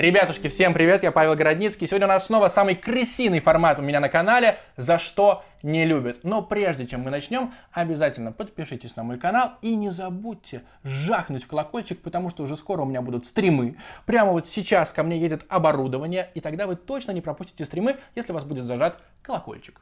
Ребятушки, всем привет, я Павел Городницкий. Сегодня у нас снова самый крысиный формат у меня на канале «За что не любят». Но прежде чем мы начнем, обязательно подпишитесь на мой канал и не забудьте жахнуть в колокольчик, потому что уже скоро у меня будут стримы. Прямо вот сейчас ко мне едет оборудование, и тогда вы точно не пропустите стримы, если у вас будет зажат колокольчик.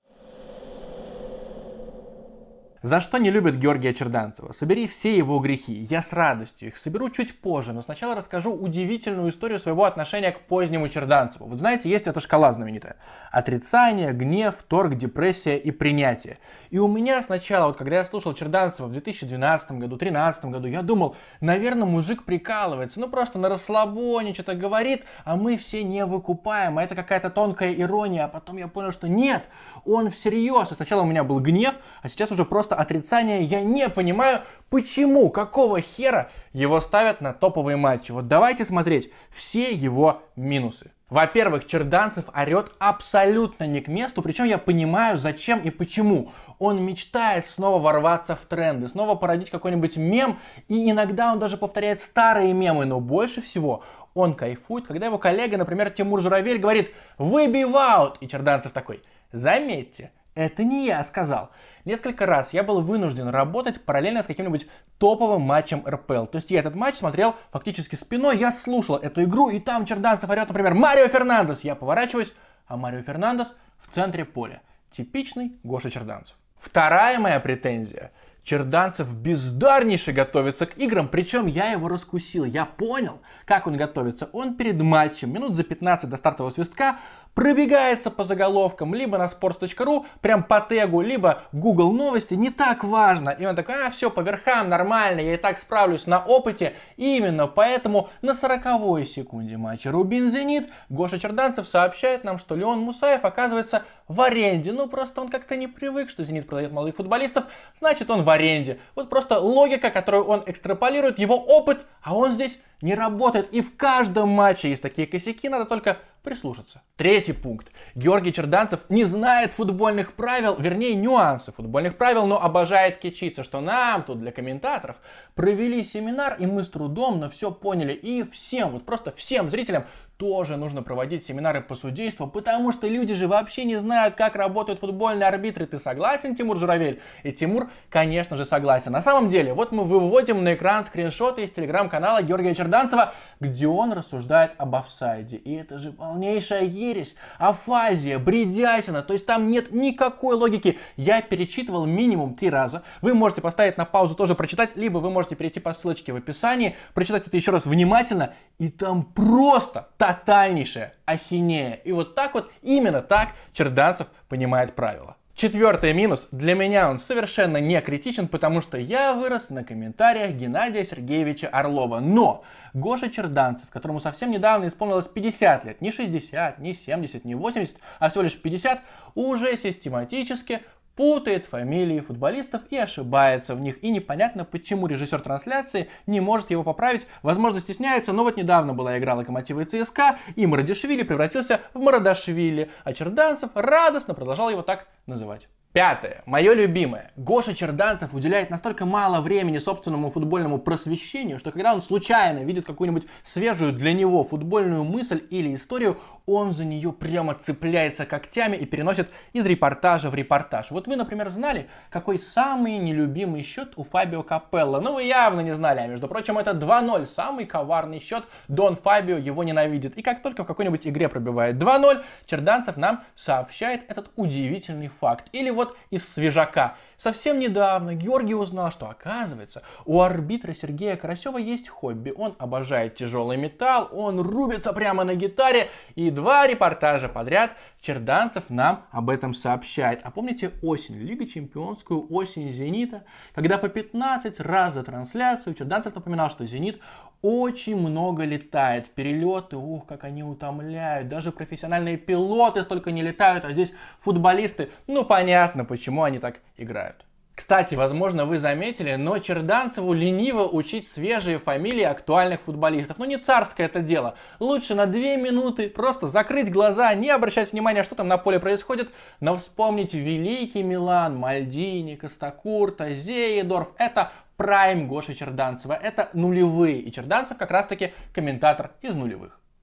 За что не любят Георгия Черданцева? Собери все его грехи, я с радостью их соберу чуть позже, но сначала расскажу удивительную историю своего отношения к позднему Черданцеву. Вот знаете, есть эта шкала знаменитая. Отрицание, гнев, торг, депрессия и принятие. И у меня сначала, вот когда я слушал Черданцева в 2012 году, 2013 году, я думал, наверное, мужик прикалывается, ну просто на расслабоне что-то говорит, а мы все не выкупаем, а это какая-то тонкая ирония, а потом я понял, что нет, он всерьез. И сначала у меня был гнев, а сейчас уже просто отрицание. Я не понимаю, почему, какого хера его ставят на топовые матчи. Вот давайте смотреть все его минусы. Во-первых, Черданцев орет абсолютно не к месту, причем я понимаю, зачем и почему. Он мечтает снова ворваться в тренды, снова породить какой-нибудь мем, и иногда он даже повторяет старые мемы, но больше всего он кайфует, когда его коллега, например, Тимур Журавель, говорит «выбиваут», и Черданцев такой «заметьте, это не я сказал». Несколько раз я был вынужден работать параллельно с каким-нибудь топовым матчем РПЛ. То есть я этот матч смотрел фактически спиной, я слушал эту игру, и там Черданцев орет, например, «Марио Фернандес». Я поворачиваюсь, а Марио Фернандес в центре поля. Типичный Гоша Черданцев. Вторая моя претензия. Черданцев бездарнейше готовится к играм, причем я его раскусил. Я понял, как он готовится. Он перед матчем, минут за 15 до стартового свистка, пробегается по заголовкам, либо на sports.ru, прям по тегу, либо Google новости, не так важно. И он такой, все по верхам, нормально, я и так справлюсь на опыте. И именно поэтому на 40-й секунде матча Рубин-Зенит Гоша Черданцев сообщает нам, что Леон Мусаев оказывается в аренде. Ну просто он как-то не привык, что Зенит продает молодых футболистов, значит он в аренде. Вот просто логика, которую он экстраполирует, его опыт, а он здесь не работает. И в каждом матче есть такие косяки, надо только прислушаться. Третий пункт. Георгий Черданцев не знает футбольных правил, вернее нюансы футбольных правил, но обожает кичиться, что нам тут для комментаторов провели семинар, и мы с трудом, но все поняли. И всем, вот просто всем зрителям тоже нужно проводить семинары по судейству, потому что люди же вообще не знают, как работают футбольные арбитры. Ты согласен, Тимур Журавель? И Тимур, конечно же, согласен. На самом деле, вот мы выводим на экран скриншоты из телеграм-канала Георгия Черданцева, где он рассуждает об офсайде. И это же полнейшая ересь, афазия, бредятина. То есть там нет никакой логики. Я перечитывал минимум 3 раза. Вы можете поставить на паузу, тоже прочитать, либо вы можете перейти по ссылочке в описании, прочитать это еще раз внимательно. И там просто тотальнейшая ахинея. И вот так вот, именно так Черданцев понимает правила. Четвертый минус. Для меня он совершенно не критичен, потому что я вырос на комментариях Геннадия Сергеевича Орлова. Но Гоша Черданцев, которому совсем недавно исполнилось 50 лет, не 60, не 70, не 80, а всего лишь 50, уже систематически путает фамилии футболистов и ошибается в них. И непонятно, почему режиссер трансляции не может его поправить. Возможно, стесняется, но вот недавно была игра Локомотива и ЦСКА, и Марадишвили превратился в Марадашвили, а Черданцев радостно продолжал его так называть. Пятое. Мое любимое. Гоша Черданцев уделяет настолько мало времени собственному футбольному просвещению, что когда он случайно видит какую-нибудь свежую для него футбольную мысль или историю, он за нее прямо цепляется когтями и переносит из репортажа в репортаж. Вот вы, например, знали, какой самый нелюбимый счет у Фабио Капелло? Ну, вы явно не знали, а между прочим, это 2-0. Самый коварный счет. Дон Фабио его ненавидит. И как только в какой-нибудь игре пробивает 2-0, Черданцев нам сообщает этот удивительный факт. Или вот из свежака. Совсем недавно Георгий узнал, что, оказывается, у арбитра Сергея Карасева есть хобби. Он обожает тяжелый металл, он рубится прямо на гитаре, и 2 репортажа подряд Черданцев нам об этом сообщает. А помните осень, Лига Чемпионскую, осень Зенита, когда по 15 раз за трансляцию Черданцев напоминал, что Зенит очень много летает, перелеты, ух, как они утомляют, даже профессиональные пилоты столько не летают, а здесь футболисты, ну понятно, почему они так играют. Кстати, возможно, вы заметили, но Черданцеву лениво учить свежие фамилии актуальных футболистов. Ну не царское это дело. Лучше на 2 минуты просто закрыть глаза, не обращать внимания, что там на поле происходит, но вспомнить великий Милан, Мальдини, Костакурта, Зеедорф. Это прайм Гоши Черданцева. Это нулевые. И Черданцев как раз таки комментатор из нулевых.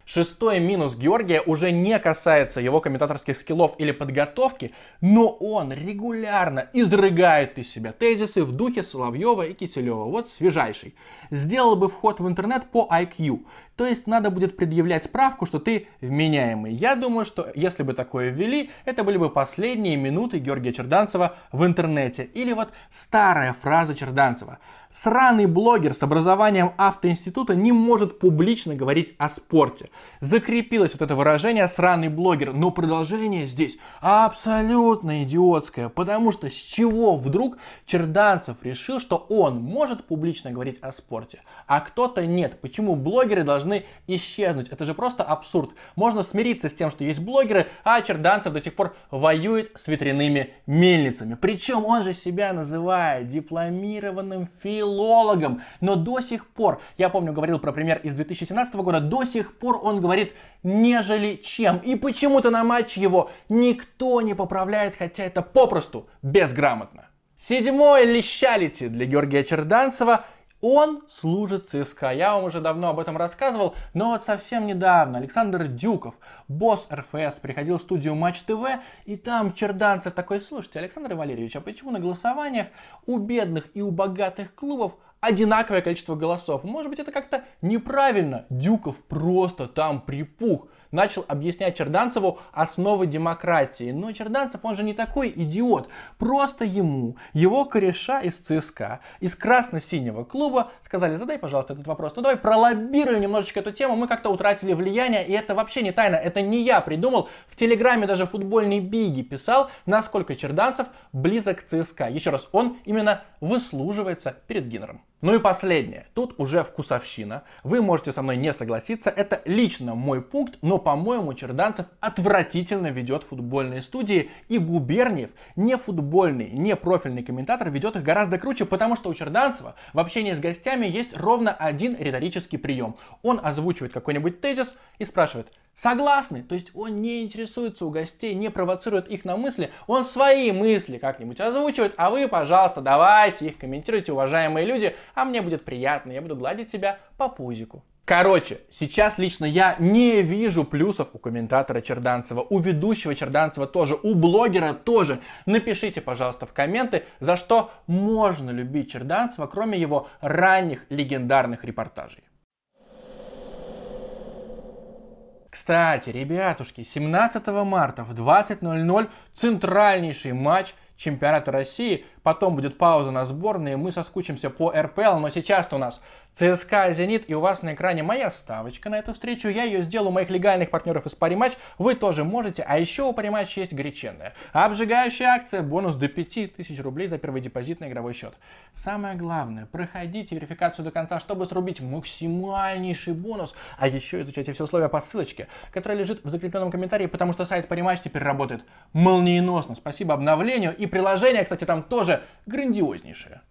Шестой минус Георгия уже не касается его комментаторских скиллов или подготовки, но он регулярно изрыгает из себя тезисы в духе Соловьева и Киселева. Вот свежайший. Сделал бы вход в интернет по IQ. То есть надо будет предъявлять справку, что ты вменяемый. Я думаю, что если бы такое ввели, это были бы последние минуты Георгия Черданцева в интернете. Или вот старая фраза Черданцева. Сраный блогер с образованием автоинститута не может публично говорить о спорте. Закрепилось вот это выражение «сраный блогер», но продолжение здесь абсолютно идиотское, потому что с чего вдруг Черданцев решил, что он может публично говорить о спорте, а кто-то нет? Почему блогеры должны исчезнуть? Это же просто абсурд. Можно смириться с тем, что есть блогеры, а Черданцев до сих пор воюет с ветряными мельницами. Причем он же себя называет дипломированным филологом, но до сих пор, я помню, говорил про пример из 2017 года, до сих пор он говорит «нежели чем». И почему-то на матче его никто не поправляет, хотя это попросту безграмотно. Седьмое лещалити для Георгия Черданцева. Он служит ЦСКА. Я вам уже давно об этом рассказывал, но вот совсем недавно Александр Дюков, босс РФС, приходил в студию Матч ТВ, и там Черданцев такой: слушайте, Александр Валерьевич, а почему на голосованиях у бедных и у богатых клубов одинаковое количество голосов? Может быть, это как-то неправильно? Дюков просто там припух. Начал объяснять Черданцеву основы демократии. Но Черданцев, он же не такой идиот. Просто ему, его кореша из ЦСКА, из красно-синего клуба сказали: задай, пожалуйста, этот вопрос. Ну давай пролоббируем немножечко эту тему. Мы как-то утратили влияние, и это вообще не тайна. Это не я придумал. В Телеграме даже футбольный Биги писал, насколько Черданцев близок к ЦСКА. Еще раз, он именно выслуживается перед Гиннером. Ну и последнее. Тут уже вкусовщина. Вы можете со мной не согласиться. Это лично мой пункт, но, по-моему, Черданцев отвратительно ведет футбольные студии. И Губерниев, не футбольный, не профильный комментатор, ведет их гораздо круче, потому что у Черданцева в общении с гостями есть ровно один риторический прием. Он озвучивает какой-нибудь тезис и спрашивает: согласны? То есть он не интересуется у гостей, не провоцирует их на мысли, он свои мысли как-нибудь озвучивает, а вы, пожалуйста, давайте их комментируйте, уважаемые люди, а мне будет приятно, я буду гладить себя по пузику. Короче, сейчас лично я не вижу плюсов у комментатора Черданцева, у ведущего Черданцева тоже, у блогера тоже. Напишите, пожалуйста, в комменты, за что можно любить Черданцева, кроме его ранних легендарных репортажей. Кстати, ребятушки, 17 марта в 20:00 центральнейший матч чемпионата России. Потом будет пауза на сборные, мы соскучимся по РПЛ, но сейчас-то у нас ЦСКА, Зенит, и у вас на экране моя ставочка на эту встречу. Я ее сделаю у моих легальных партнеров из Париматч, вы тоже можете. А еще у Париматч есть горяченная обжигающая акция, бонус до 5000 рублей за первый депозит на игровой счет. Самое главное, проходите верификацию до конца, чтобы срубить максимальнейший бонус. А еще изучайте все условия по ссылочке, которая лежит в закрепленном комментарии, потому что сайт Париматч теперь работает молниеносно. Спасибо обновлению, и приложение, кстати, там тоже грандиознейшее.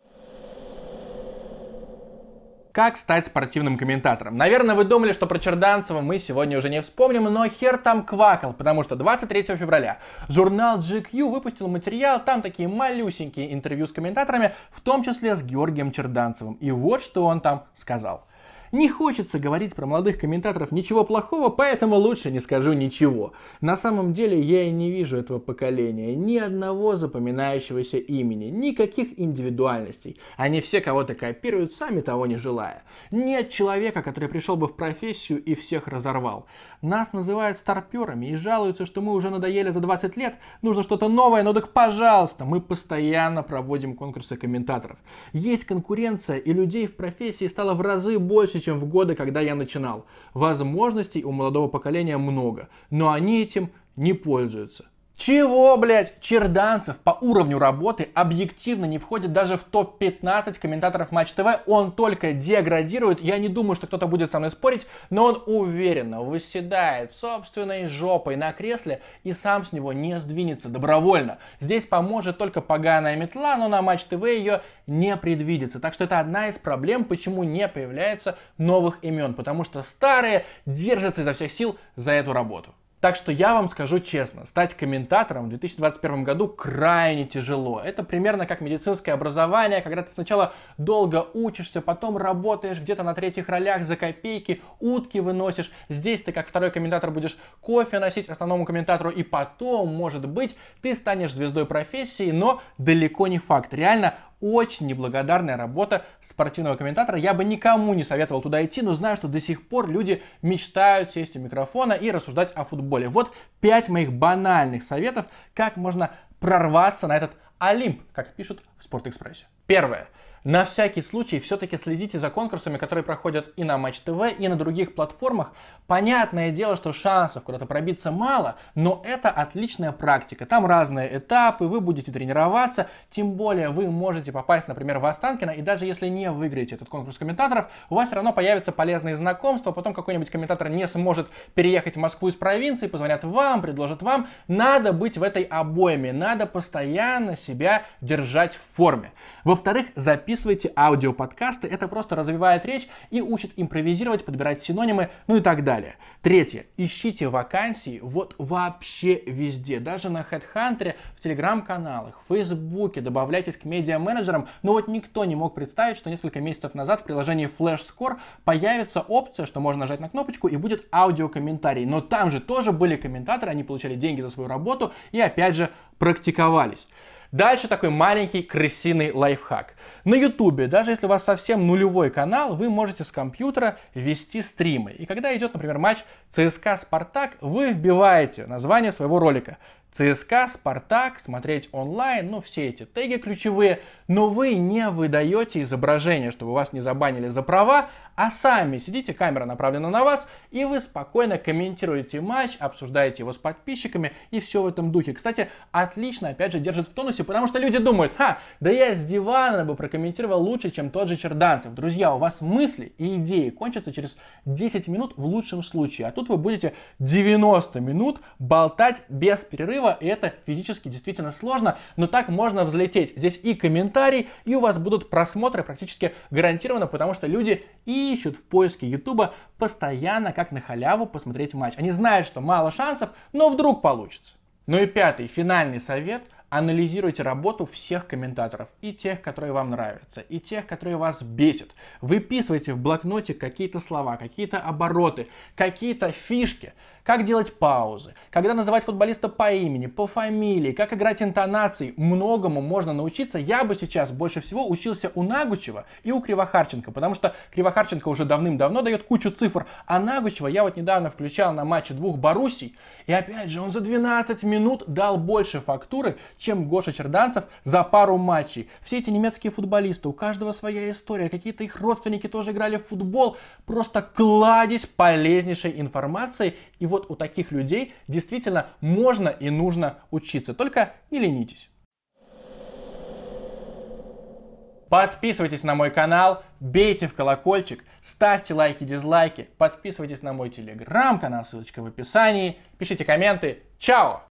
Как стать спортивным комментатором? Наверное, вы думали, что про Черданцева мы сегодня уже не вспомним, но хер там квакал, потому что 23 февраля журнал GQ выпустил материал, там такие малюсенькие интервью с комментаторами, в том числе с Георгием Черданцевым. И вот что он там сказал. Не хочется говорить про молодых комментаторов ничего плохого, поэтому лучше не скажу ничего. На самом деле я и не вижу этого поколения, ни одного запоминающегося имени, никаких индивидуальностей. Они все кого-то копируют, сами того не желая. Нет человека, который пришел бы в профессию и всех разорвал. Нас называют старперами и жалуются, что мы уже надоели за 20 лет, нужно что-то новое, но так пожалуйста, мы постоянно проводим конкурсы комментаторов. Есть конкуренция, и людей в профессии стало в разы больше, чем в годы, когда я начинал. Возможностей у молодого поколения много, но они этим не пользуются. Чего, блять? Черданцев по уровню работы объективно не входит даже в топ-15 комментаторов Матч ТВ. Он только деградирует. Я не думаю, что кто-то будет со мной спорить, но он уверенно восседает собственной жопой на кресле и сам с него не сдвинется добровольно. Здесь поможет только поганая метла, но на Матч ТВ ее не предвидится. Так что это одна из проблем, почему не появляется новых имен, потому что старые держатся изо всех сил за эту работу. Так что я вам скажу честно, стать комментатором в 2021 году крайне тяжело. Это примерно как медицинское образование, когда ты сначала долго учишься, потом работаешь где-то на третьих ролях за копейки, утки выносишь. Здесь ты как второй комментатор будешь кофе носить основному комментатору, и потом, может быть, ты станешь звездой профессии, но далеко не факт. Реально очень неблагодарная работа спортивного комментатора. Я бы никому не советовал туда идти, но знаю, что до сих пор люди мечтают сесть у микрофона и рассуждать о футболе. Вот 5 моих банальных советов, как можно прорваться на этот Олимп, как пишут в Спортэкспрессе. Первое. На всякий случай все-таки следите за конкурсами, которые проходят и на Матч ТВ, и на других платформах. Понятное дело, что шансов куда-то пробиться мало, но это отличная практика. Там разные этапы, вы будете тренироваться, тем более вы можете попасть, например, в Останкино, и даже если не выиграете этот конкурс комментаторов, у вас все равно появятся полезные знакомства, потом какой-нибудь комментатор не сможет переехать в Москву из провинции, позвонят вам, предложат вам. Надо быть в этой обойме, надо постоянно себя держать в форме. Во-вторых, записывайте аудиоподкасты, это просто развивает речь и учит импровизировать, подбирать синонимы, ну и так далее. Третье, ищите вакансии вот вообще везде, даже на HeadHunter, в телеграм-каналах, в Фейсбуке, добавляйтесь к медиа-менеджерам, но вот никто не мог представить, что несколько месяцев назад в приложении FlashScore появится опция, что можно нажать на кнопочку и будет аудиокомментарий, но там же тоже были комментаторы, они получали деньги за свою работу и опять же практиковались. Дальше такой маленький крысиный лайфхак. На ютубе, даже если у вас совсем нулевой канал, вы можете с компьютера вести стримы. И когда идет, например, матч ЦСКА-Спартак, вы вбиваете название своего ролика. ЦСКА, Спартак, смотреть онлайн, ну все эти теги ключевые, но вы не выдаете изображение, чтобы вас не забанили за права, а сами сидите, камера направлена на вас, и вы спокойно комментируете матч, обсуждаете его с подписчиками и все в этом духе. Кстати, отлично, опять же, держит в тонусе, потому что люди думают, да я с дивана бы прокомментировал лучше, чем тот же Черданцев. Друзья, у вас мысли и идеи кончатся через 10 минут в лучшем случае, а тут вы будете 90 минут болтать без перерыва, и это физически действительно сложно, но так можно взлететь. Здесь и комментарий, и у вас будут просмотры практически гарантированно, потому что люди ищут в поиске Ютуба постоянно, как на халяву посмотреть матч. Они знают, что мало шансов, но вдруг получится. Ну и пятый, финальный совет. Анализируйте работу всех комментаторов, и тех, которые вам нравятся, и тех, которые вас бесят. Выписывайте в блокноте какие-то слова, какие-то обороты, какие-то фишки, как делать паузы, когда называть футболиста по имени, по фамилии, как играть интонацией. Многому можно научиться. Я бы сейчас больше всего учился у Нагучева и у Кривохарченко, потому что Кривохарченко уже давным-давно дает кучу цифр, а Нагучева я вот недавно включал на матче двух Боруссий, и опять же он за 12 минут дал больше фактуры, чем Гоша Черданцев за пару матчей. Все эти немецкие футболисты, у каждого своя история, какие-то их родственники тоже играли в футбол, просто кладезь полезнейшей информации. И вот у таких людей действительно можно и нужно учиться. Только не ленитесь. Подписывайтесь на мой канал, бейте в колокольчик, ставьте лайки, дизлайки, подписывайтесь на мой телеграм-канал, ссылочка в описании, пишите комменты. Чао!